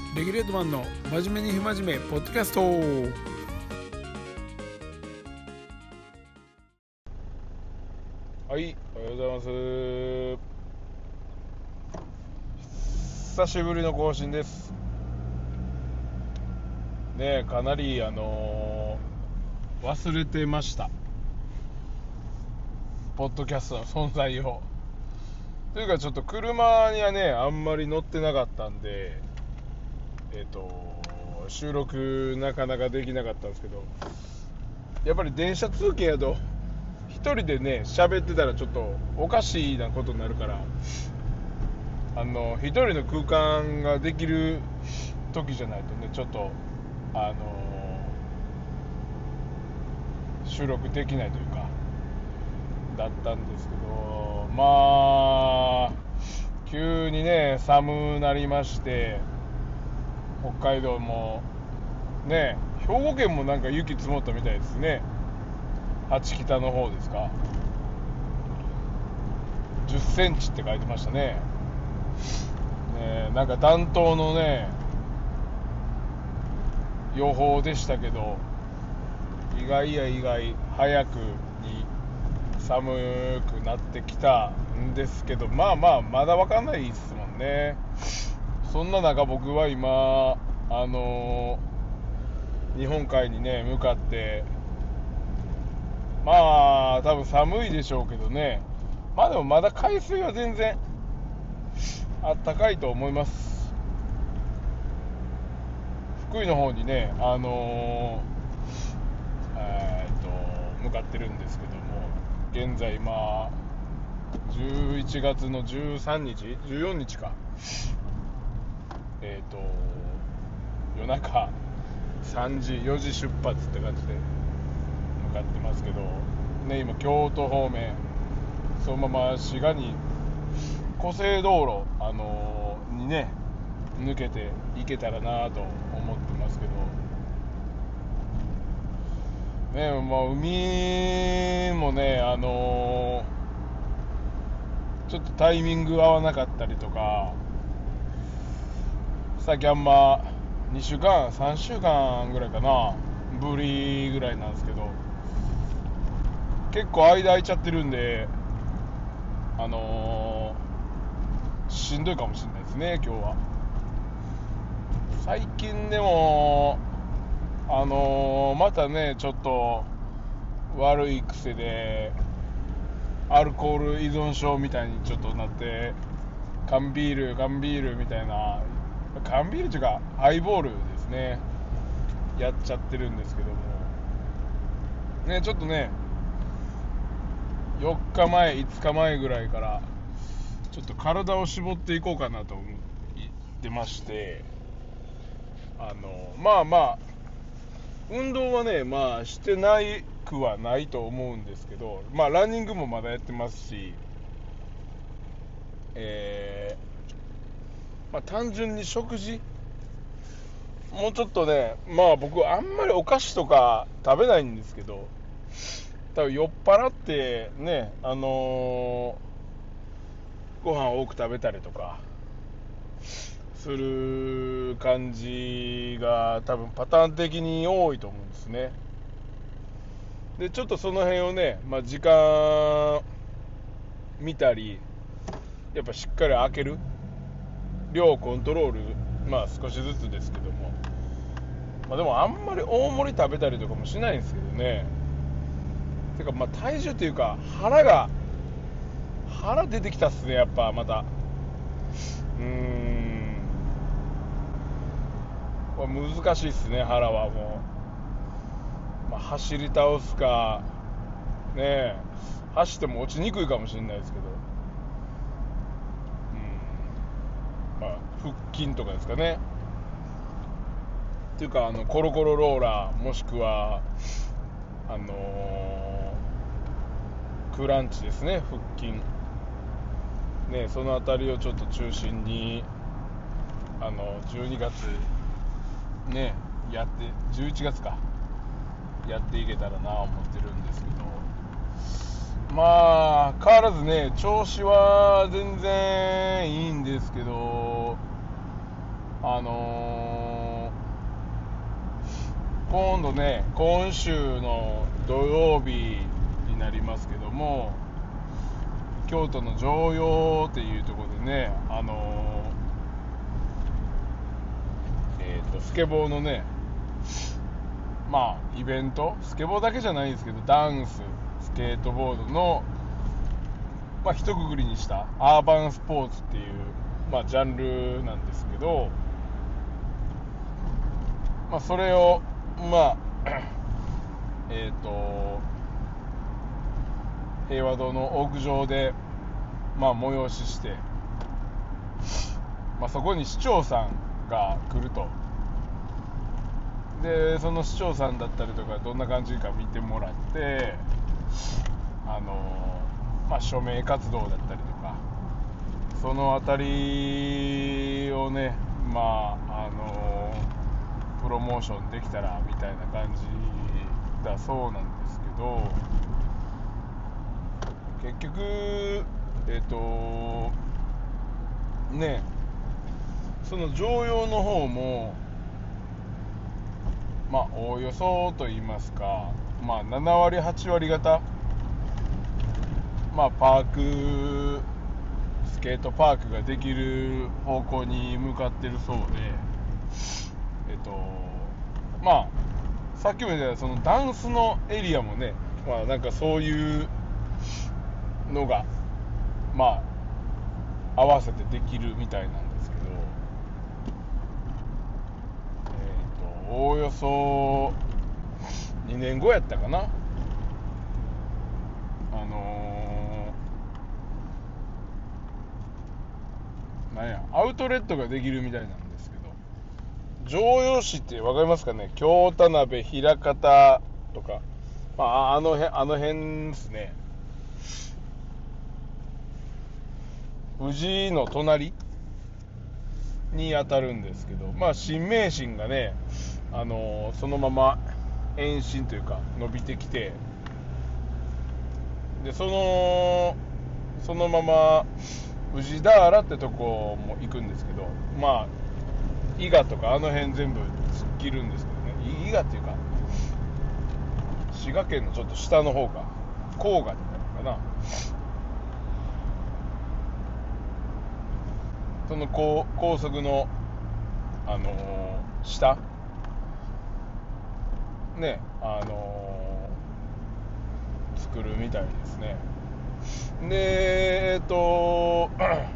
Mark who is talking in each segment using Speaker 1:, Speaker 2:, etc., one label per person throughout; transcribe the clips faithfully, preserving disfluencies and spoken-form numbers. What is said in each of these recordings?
Speaker 1: レギュレートマンの真面目に不真面目ポッドキャスト。
Speaker 2: はい、おはようございます。久しぶりの更新ですね。かなりあのー、忘れてました、ポッドキャストの存在を。というかちょっと車にはねあんまり乗ってなかったんで、えっ、ー、と収録なかなかできなかったんですけど、やっぱり電車通勤やと一人でね喋ってたらちょっとおかしいなことになるから、あの一人の空間ができる時じゃないとねちょっとあの収録できないというかだったんですけど、まあ急にね寒なりまして、北海道もね、兵庫県もなんか雪積もったみたいですね。八北の方ですか。じゅっセンチって書いてましたね。ね、なんか暖冬のね予報でしたけど、意外や意外早くに寒くなってきたんですけど、まあまあまだ分かんないですもんね。そんな中僕は今あのー、日本海にね向かって、まあ多分寒いでしょうけどね、まあでもまだ海水は全然あったかいと思います。福井の方にね、あのーえー、っと向かってるんですけども、現在まあじゅういちがつのじゅうさんにちじゅうよっか、えー、っと夜中さんじよじ出発って感じで向かってますけどね。今京都方面そのまま滋賀に湖西道路、あのー、にね抜けていけたらなと思ってますけどね。まあ海もね、あのー、ちょっとタイミング合わなかったりとか、最近あんまにしゅうかんさんしゅうかんぐらいかなぶりぐらいなんですけど、結構間空いちゃってるんで、あのー、しんどいかもしれないですね今日は。最近でもあのー、またねちょっと悪い癖でアルコール依存症みたいにちょっとなって、缶ビール缶ビールみたいな、缶ビールというかハイボールですねやっちゃってるんですけどもね、ちょっとねよっかまえいつかまえぐらいからちょっと体を絞っていこうかなと思ってまして、あのまあまあ運動はねまあしてないくはないと思うんですけど、まあランニングもまだやってますし、えー、まあ単純に食事もうちょっとね、まあ僕あんまりお菓子とか食べないんですけど、多分酔っ払ってね、あのー、ご飯多く食べたりとかする感じが多分パターン的に多いと思うんですね。でちょっとその辺をね、まあ、時間見たり、やっぱしっかり開ける量をコントロール、まあ少しずつですけども、まあ、でもあんまり大盛り食べたりとかもしないんですけどね。てかまあ体重っていうか腹が腹出てきたっすね、やっぱまた。うーん、これ難しいっすね、腹はもう、まあ、走り倒すかねえ、走っても落ちにくいかもしれないですけど、うん、まあ腹筋とかですかね。っていうかあのコロコロローラー、もしくはあのー、クランチですね、腹筋ね、そのあたりをちょっと中心にあのじゅうにがつねやってじゅういちがつかやっていけたらな思ってるんですけど、まあ変わらずね調子は全然いいんですけど、 あのー、今度ね、今週の土曜日になりますけども、京都の城陽っていうところでね、あのー、えーと、スケボーのね、まあイベント、スケボーだけじゃないんですけど、ダンス、スケートボードの、まあ一括りにしたアーバンスポーツっていう、まあジャンルなんですけど、まあそれをまあえっと平和堂の屋上でまあ催しして、まあそこに市長さんが来ると。でその市長さんだったりとかどんな感じか見てもらって、あのまあ署名活動だったりとかそのあたりをね、まああのプロモーションできたらみたいな感じだそうなんですけど、結局えっとねその常用の方もまあおおよそと言いますか、まあななわりはちわり方、まあパークスケートパークができる方向に向かってるそうで、えっとまあさっきも言ったそのダンスのエリアもね、まあなんかそういうのがまあ合わせてできるみたいなんですけど、えっとおおよそにねんごやったかな、あのー、なんやアウトレットができるみたいなんですけど、城陽市ってわかりますかね、京田辺、枚方とか、まあ、あの辺あの辺ですね。宇治の隣に当たるんですけど、まあ新名神がね、あのー、そのまま延伸というか伸びてきて、でそのそのまま宇治田原ってとこも行くんですけど、まあ伊賀とかあの辺全部突っ切るんですけどね、伊賀っていうか滋賀県のちょっと下の方か、甲賀ってなるのかな、その高高速のあのー、下ね、あのー、作るみたいですね。でえっと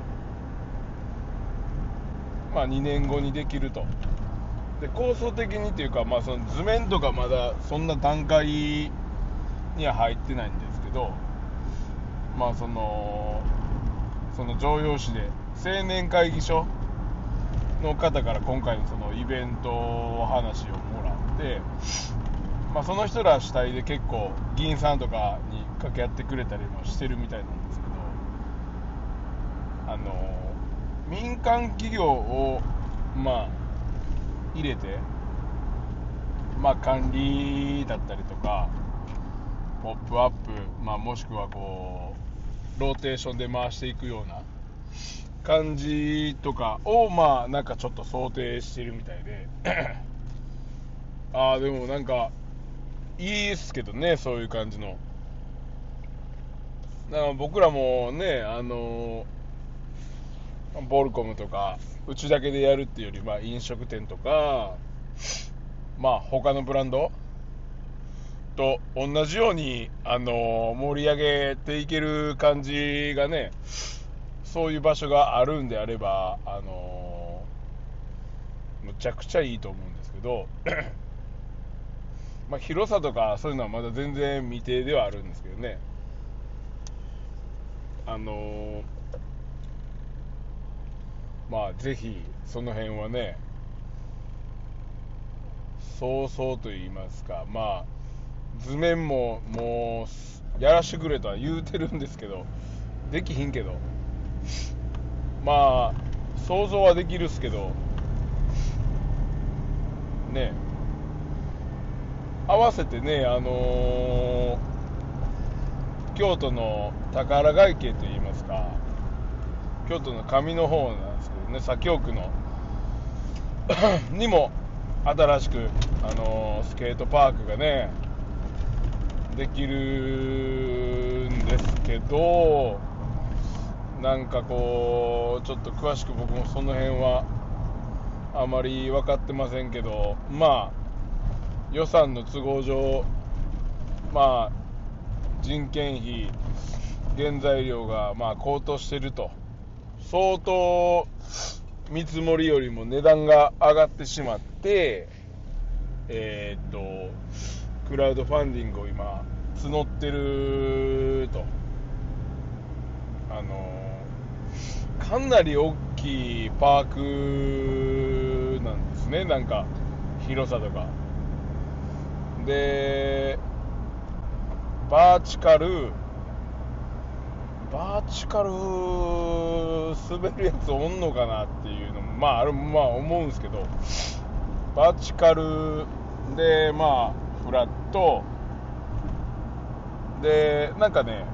Speaker 2: まあにねんごにできると。で構想的にというか、まあその図面とかまだそんな段階には入ってないんですけど、まあそのその城陽市で青年会議所の方から今回のそのイベントお話をもらって、まあその人ら主体で結構議員さんとかに掛け合ってくれたりもしてるみたいなんですけど、あの民間企業をまあ入れて、まあ管理だったりとかポップアップ、まあもしくはこうローテーションで回していくような感じとかをまあなんかちょっと想定してるみたいでああでもなんかいいっすけどね、そういう感じの。だから僕らもね、あのボルコムとかうちだけでやるっていうより、まあ飲食店とかまあ他のブランドと同じようにあの盛り上げていける感じがね、そういう場所があるんであれば、あのむちゃくちゃいいと思うんですけどまあ広さとかそういうのはまだ全然未定ではあるんですけどね、あのまあぜひその辺はね、そうそうと言いますか、まあ図面ももうやらしてくれとは言うてるんですけど、できひんけど、まあ想像はできるっすけどね、合わせてね、あのー、京都の宝ヶ池といいますか、京都の上の方なんですけどね、左京区のにも新しく、あのースケートパークがねできるんですけど、なんかこうちょっと詳しく僕もその辺はあまり分かってませんけど、まあ予算の都合上、まあ人件費、原材料がまあ高騰してると、相当見積もりよりも値段が上がってしまって、えー、っとクラウドファンディングを今募ってると、あのかなり大きいパークなんですね、なんか広さとかで、バーチカルバーチカル滑るやつおんのかなっていうのもまああれまあ思うんですけど、バーチカルでまあフラットで、なんかね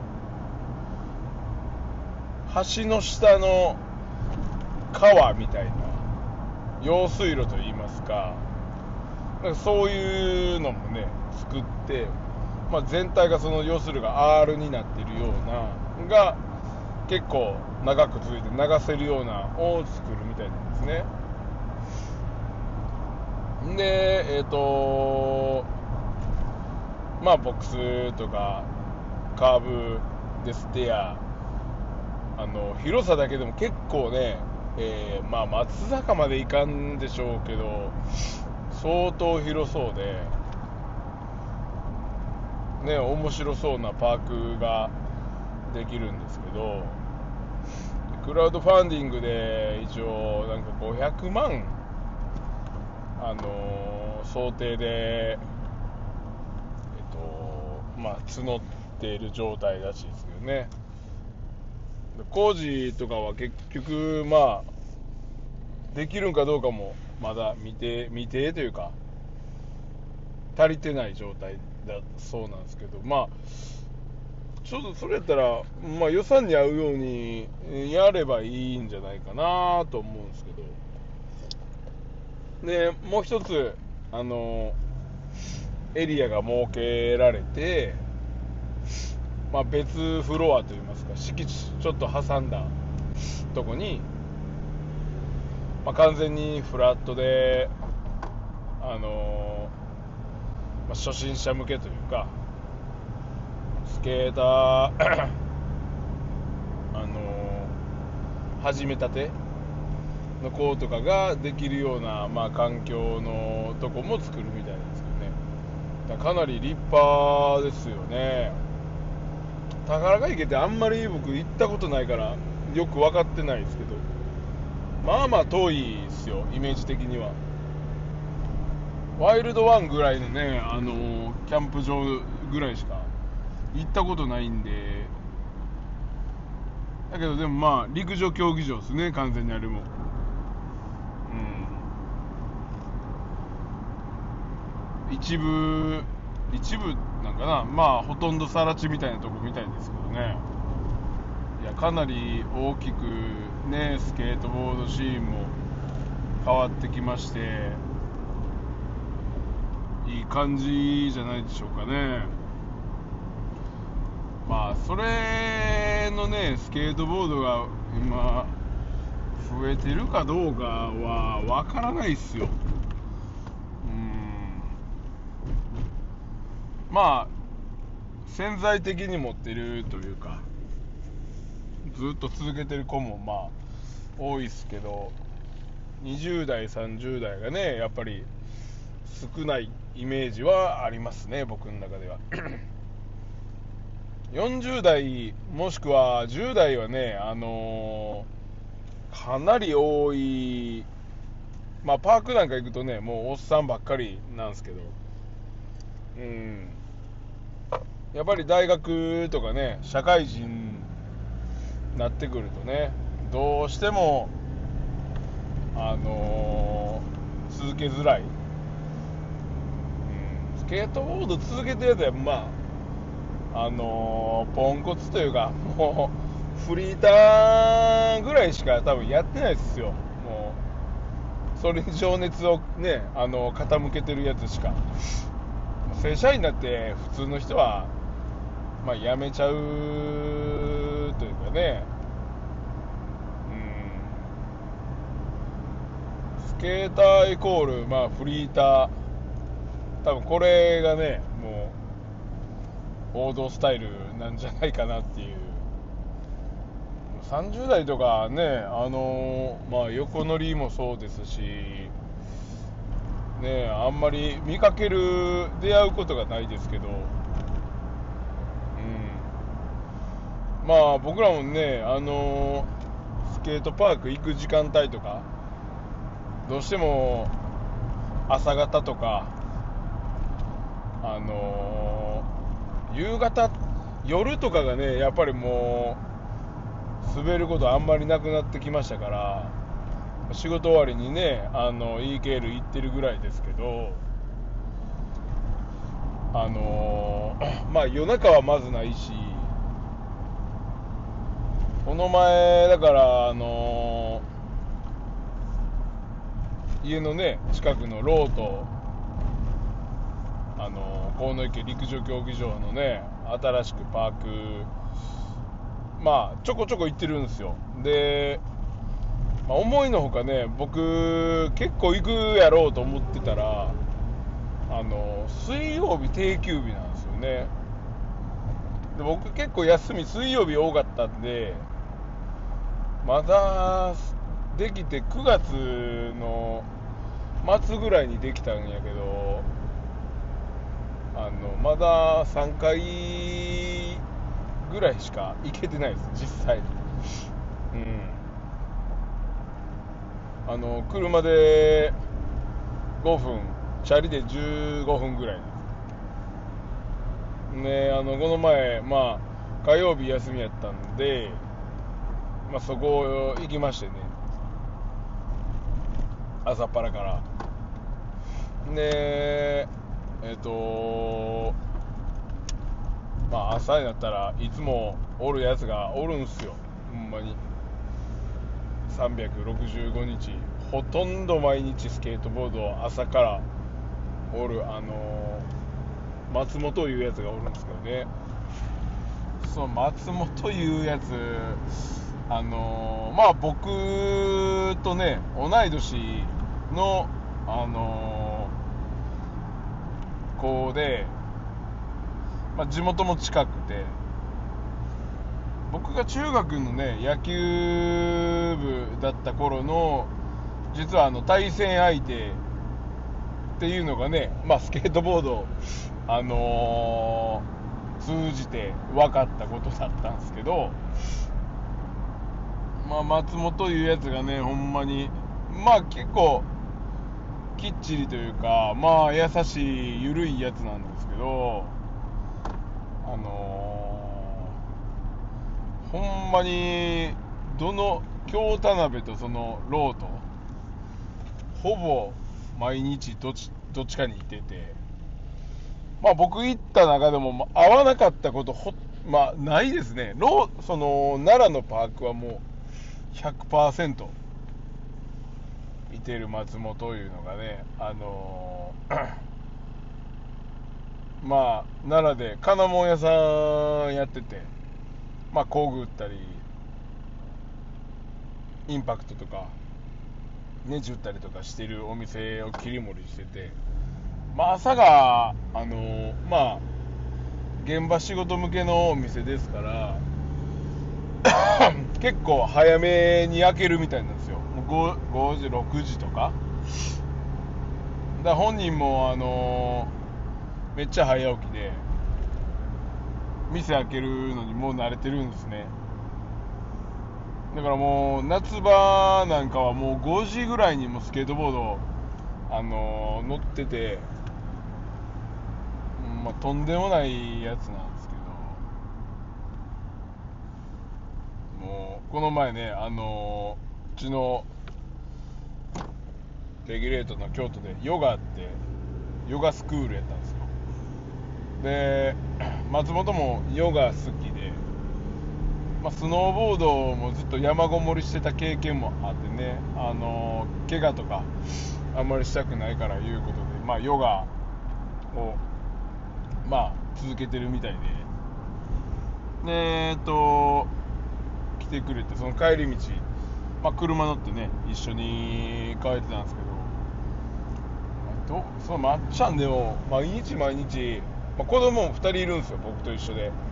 Speaker 2: 橋の下の川みたいな用水路といいますか、なんかそういうのもね作って、まあ、全体がその用水路が R になっているようなが結構長く続いて流せるようなを作るみたいなんですね。でえっ、ー、とまあボックスとかカーブでステア、あの広さだけでも結構ね、えー、まあ松坂までいかんでしょうけど相当広そうでね、面白そうなパークができるんですけど、クラウドファンディングで一応なんかごひゃくまん、あのー、想定で、えっとまあ募っている状態らしいですけどね。工事とかは結局まあできるんかどうかもまだ未定未定というか足りてない状態だそうなんですけど、まあちょっとそれやったら、まあ、予算に合うようにやればいいんじゃないかなと思うんですけど、でもう一つあのエリアが設けられて、まあ、別フロアといいますか敷地ちょっと挟んだとこに、まあ、完全にフラットであの、まあ、初心者向けというかスケーターあの始めたての子とかができるような、まあ、環境のとこも作るみたいなんですけどね。だからかなり立派ですよね。宝ヶ池ってあんまり僕行ったことないからよく分かってないですけど、まあまあ遠いですよ、イメージ的には。ワイルドワンぐらいのね、あのキャンプ場ぐらいしか行ったことないんで、だけどでもまあ陸上競技場ですね、完全にあれも。うん、一部一部なんかな、まあほとんど更地みたいなとこみたいですけどね。いやかなり大きくねスケートボードシーンも変わってきまして、いい感じじゃないでしょうかね。まあそれのねスケートボードが今増えてるかどうかは分からないっすよ。うーん、まあ潜在的に持ってるというかずっと続けてる子もまあ多いっすけど、にじゅう代さんじゅう代がねやっぱり少ないイメージはありますね、僕の中では。よんじゅう代もしくはじゅう代はね、あのー、かなり多い。まあパークなんか行くとねもうおっさんばっかりなんですけど、うん、やっぱり大学とかね社会人になってくるとねどうしてもあのー、続けづらい、うん、スケートボード続けてるやつはまああのー、ポンコツというかもうフリーターぐらいしか多分やってないですよ。もうそれに情熱をねあの傾けてるやつしか、正社員になって普通の人はまあ辞めちゃうというかね、うん、スケーターイコールまあフリーター、多分これがねもう王道スタイルなんじゃないかなっていう。さんじゅう代とかね、あのーまあ、横乗りもそうですし、ね、あんまり見かける出会うことがないですけど、うん、まあ僕らもね、あのースケートパーク行く時間帯とかどうしても朝方とか、あのー夕方夜とかがねやっぱりもう滑ることあんまりなくなってきましたから、仕事終わりにねあの イーケーエル 行ってるぐらいですけど、あのー、まあ夜中はまずないし、この前だからあのー、家のね近くのローとあのー、河野池陸上競技場のね新しくパーク、まあちょこちょこ行ってるんですよ。で、まあ、思いのほかね僕結構行くやろうと思ってたら、あの水曜日定休日なんですよね。で僕結構休み水曜日多かったんで、まだできてくがつの末ぐらいにできたんやけど、あのまださんかいぐらいしか行けてないです実際に。うん、あの車でごふん、チャリでじゅうごふんぐらいね。あのこの前まあ火曜日休みやったんで、まあ、そこ行きましてね、朝っぱらからで、えっとまあ朝になったらいつもおるやつがおるんすよ、ほんまにさんびゃくろくじゅうごにちほとんど毎日スケートボードを朝からおる、あのー、松本いうやつがおるんですけどね。その松本いうやつ、あのー、まあ僕とね同い年のあのー、子で、まあ、地元も近くて、僕が中学のね野球部だった頃の実はあの対戦相手っていうのがね、まあ、スケートボード、あのー、通じて分かったことだったんですけど、まあ、松本いうやつがねほんまにまあ結構きっちりというか、まあ優しい緩いやつなんですけど、あのー、ほんまにどの京田辺とそのローとほぼ毎日どっち、どっちかにいてて、まあ僕行った中でも会わなかったことほ、まあないですね。ロー、その奈良のパークはもう ひゃくパーセント いてる松本いうのがね、あのー、まあ奈良で金物屋さんやってて、まあ工具売ったりインパクトとかネジ打ったりとかしてるお店を切り盛りしてて、まあ朝があのー、まあ現場仕事向けのお店ですから結構早めに開けるみたいなんですよ。もう ご, ごじろくじとかだ。本人もあのー、めっちゃ早起きで店開けるのにもう慣れてるんですね。だからもう夏場なんかはもうごじぐらいにもスケートボード、あのー、乗ってて、まあ、とんでもないやつなんですけど、もうこの前ね、あのー、うちのレギュレートの京都でヨガってヨガスクールやったんですよ。で松本もヨガ好きで、 まあ、スノーボードもずっと山ごもりしてた経験もあってね、あの怪我とかあんまりしたくないからいうことで、まあ、ヨガを、まあ、続けてるみたいで、でえっと来てくれて、その帰り道、まあ、車乗ってね一緒に帰ってたんですけど、どそのまっちゃんでも毎日毎日、まあ、子供もふたりいるんですよ、僕と一緒で。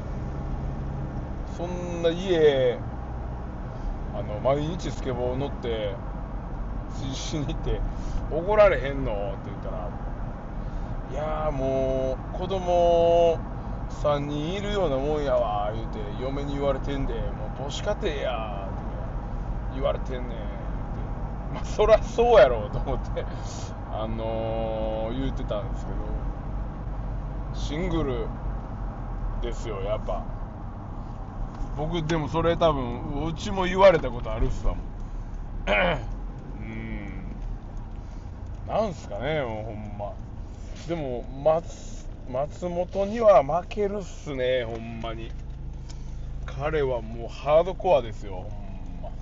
Speaker 2: そんな家あの毎日スケボー乗って水死に行って怒られへんのって言ったら、いやーもう子供さんにんいるようなもんやわ言うて嫁に言われてんで、もう母子家庭やって言われてんねんって、まあそらそうやろうと思ってあのー、言ってたんですけど、シングルですよやっぱ。僕でもそれ多分うちも言われたことあるっすわもんうーん、なんすかね、もうほんま。でも松松本には負けるっすね、ほんまに。彼はもうハードコアですよ、ほんまね。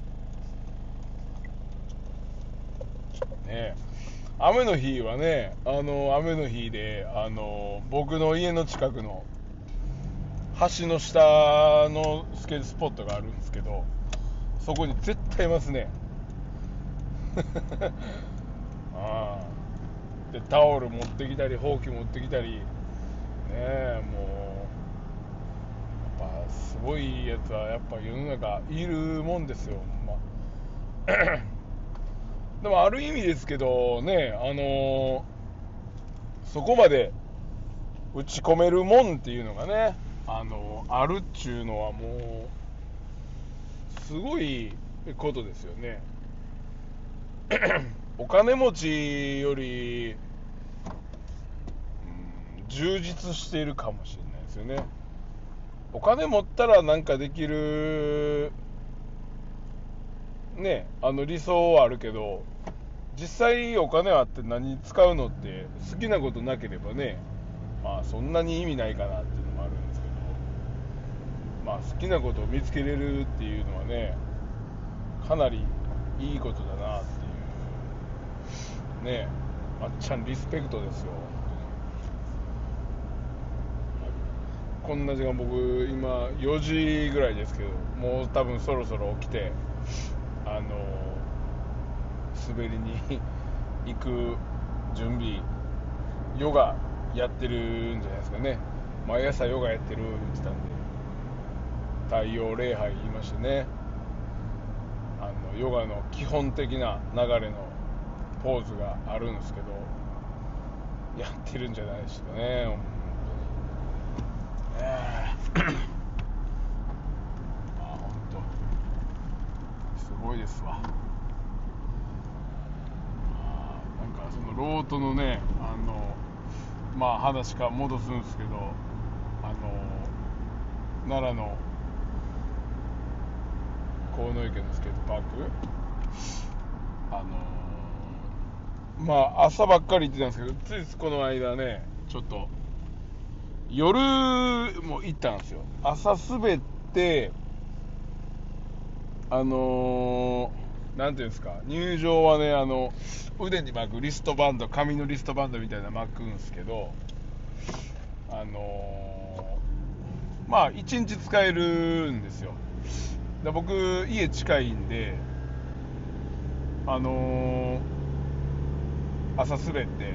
Speaker 2: え雨の日はね、あの雨の日で、あの僕の家の近くの橋の下のスケートスポットがあるんですけど、そこに絶対いますねああでタオル持ってきたりほうき持ってきたりねえ、もうやっぱすごいやつはやっぱ世の中いるもんですよ、ほんまでもある意味ですけどね、あのーそこまで打ち込めるもんっていうのがね、あのーあるっちゅうのはもうすごいことですよねお金持ちより、うん、充実しているかもしれないですよね。お金持ったらなんかできるね、あの理想はあるけど、実際お金あって何に使うのって好きなことなければね、まあそんなに意味ないかなっていうのもあるんですけど、まあ好きなことを見つけれるっていうのはね、かなりいいことだなっていうね。まっちゃんリスペクトですよ。こんな時間、僕今よじぐらいですけど、もう多分そろそろ起きてあの滑りに行く準備、ヨガやってるんじゃないですかね。毎朝ヨガやってる言ってたんで、太陽礼拝言いましてね、あのヨガの基本的な流れのポーズがあるんですけど、やってるんじゃないですかね、本当に。えー、まあ本当すごいですわ。なんかそのロートのね、あのまあ話か戻すんですけど、あの奈良の河野池のスケートパーク、あのまあ朝ばっかり行ってたんですけど、ついこの間ね、ちょっと夜も行ったんですよ。朝滑って、あのー、なんていうんですか、入場はね、あの腕に巻くリストバンド、紙のリストバンドみたいな巻くんですけど、あのー、まあいちにち使えるんですよ。で僕家近いんで、あのー、朝滑って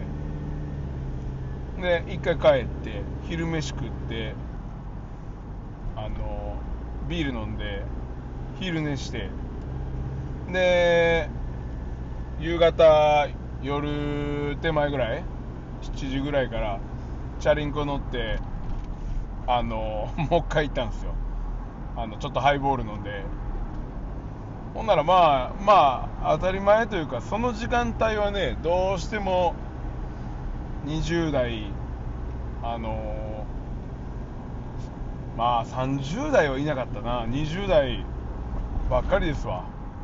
Speaker 2: で一回帰って昼飯食って、あのー、ビール飲んで昼寝して、で夕方夜手前ぐらいしちじぐらいからチャリンコ乗って、あのー、もう一回行ったんですよ。あのちょっとハイボール飲んで、ほんならまあまあ当たり前というか、その時間帯はね、どうしてもにじゅう代、あのー、まあさんじゅう代はいなかったな、にじゅう代ばっかりですわ。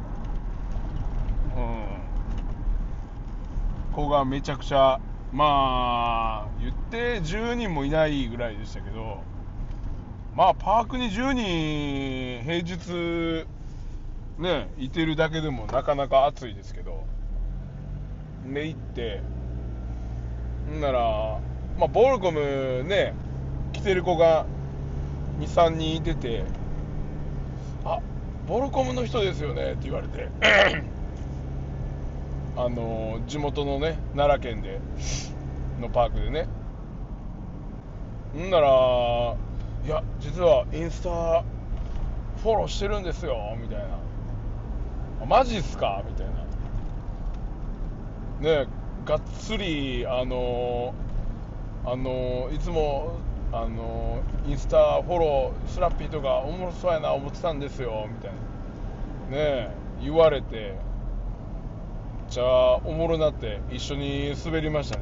Speaker 2: うん、子がめちゃくちゃ、まあ言ってじゅうにんもいないぐらいでしたけど、 まあパークにじゅうにん平日ねいてるだけでもなかなか暑いですけど、で行ってんなら、まあ、ボルコムね来てる子が にさんにんいてて、あ、ボルコムの人ですよねって言われてあの地元のね奈良県でのパークでね、んなら、いや実はインスタフォローしてるんですよみたいな、あマジっすかみたいなね、がっつりあのあのいつもあのインスタフォロースラッピーとかおもろそうやな思ってたんですよみたいなね言われて、じゃあおもろなって一緒に滑りましたね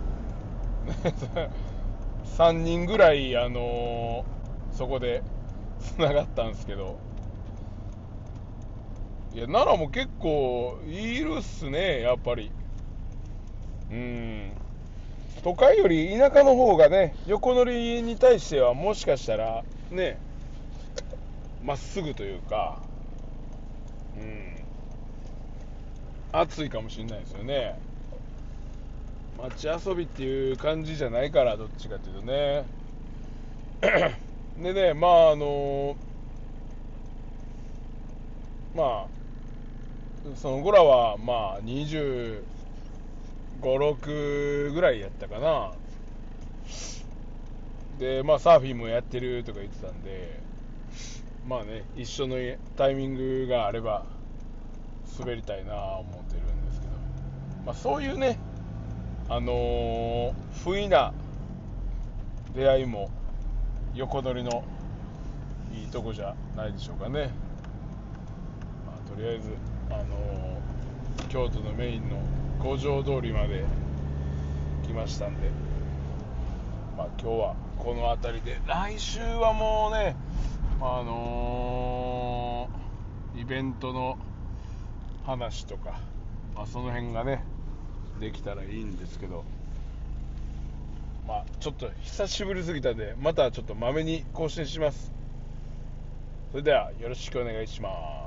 Speaker 2: さんにんぐらいあのそこでつながったんですけど、いや奈良も結構いるっすねやっぱり。うん、都会より田舎の方がね横乗りに対してはもしかしたらねまっすぐというか、うん、暑いかもしれないですよね。街遊びっていう感じじゃないから、どっちかっていうとねでね、まああのまあその子らはまあにじゅうご、ろくぐらいやったかな。でまあサーフィンもやってるとか言ってたんで、まあね一緒のタイミングがあれば滑りたいな思ってるんですけど、まあそういうねあのー、不意な出会いも横乗りのいいとこじゃないでしょうかね。まあ、とりあえず、あのー、京都のメインの五条通りまで来ましたんで、まあ、今日はこの辺りで、来週はもうね、あのー、イベントの話とか、まあ、その辺がねできたらいいんですけど、まあちょっと久しぶりすぎたんで、またちょっとまめに更新します。それではよろしくお願いします。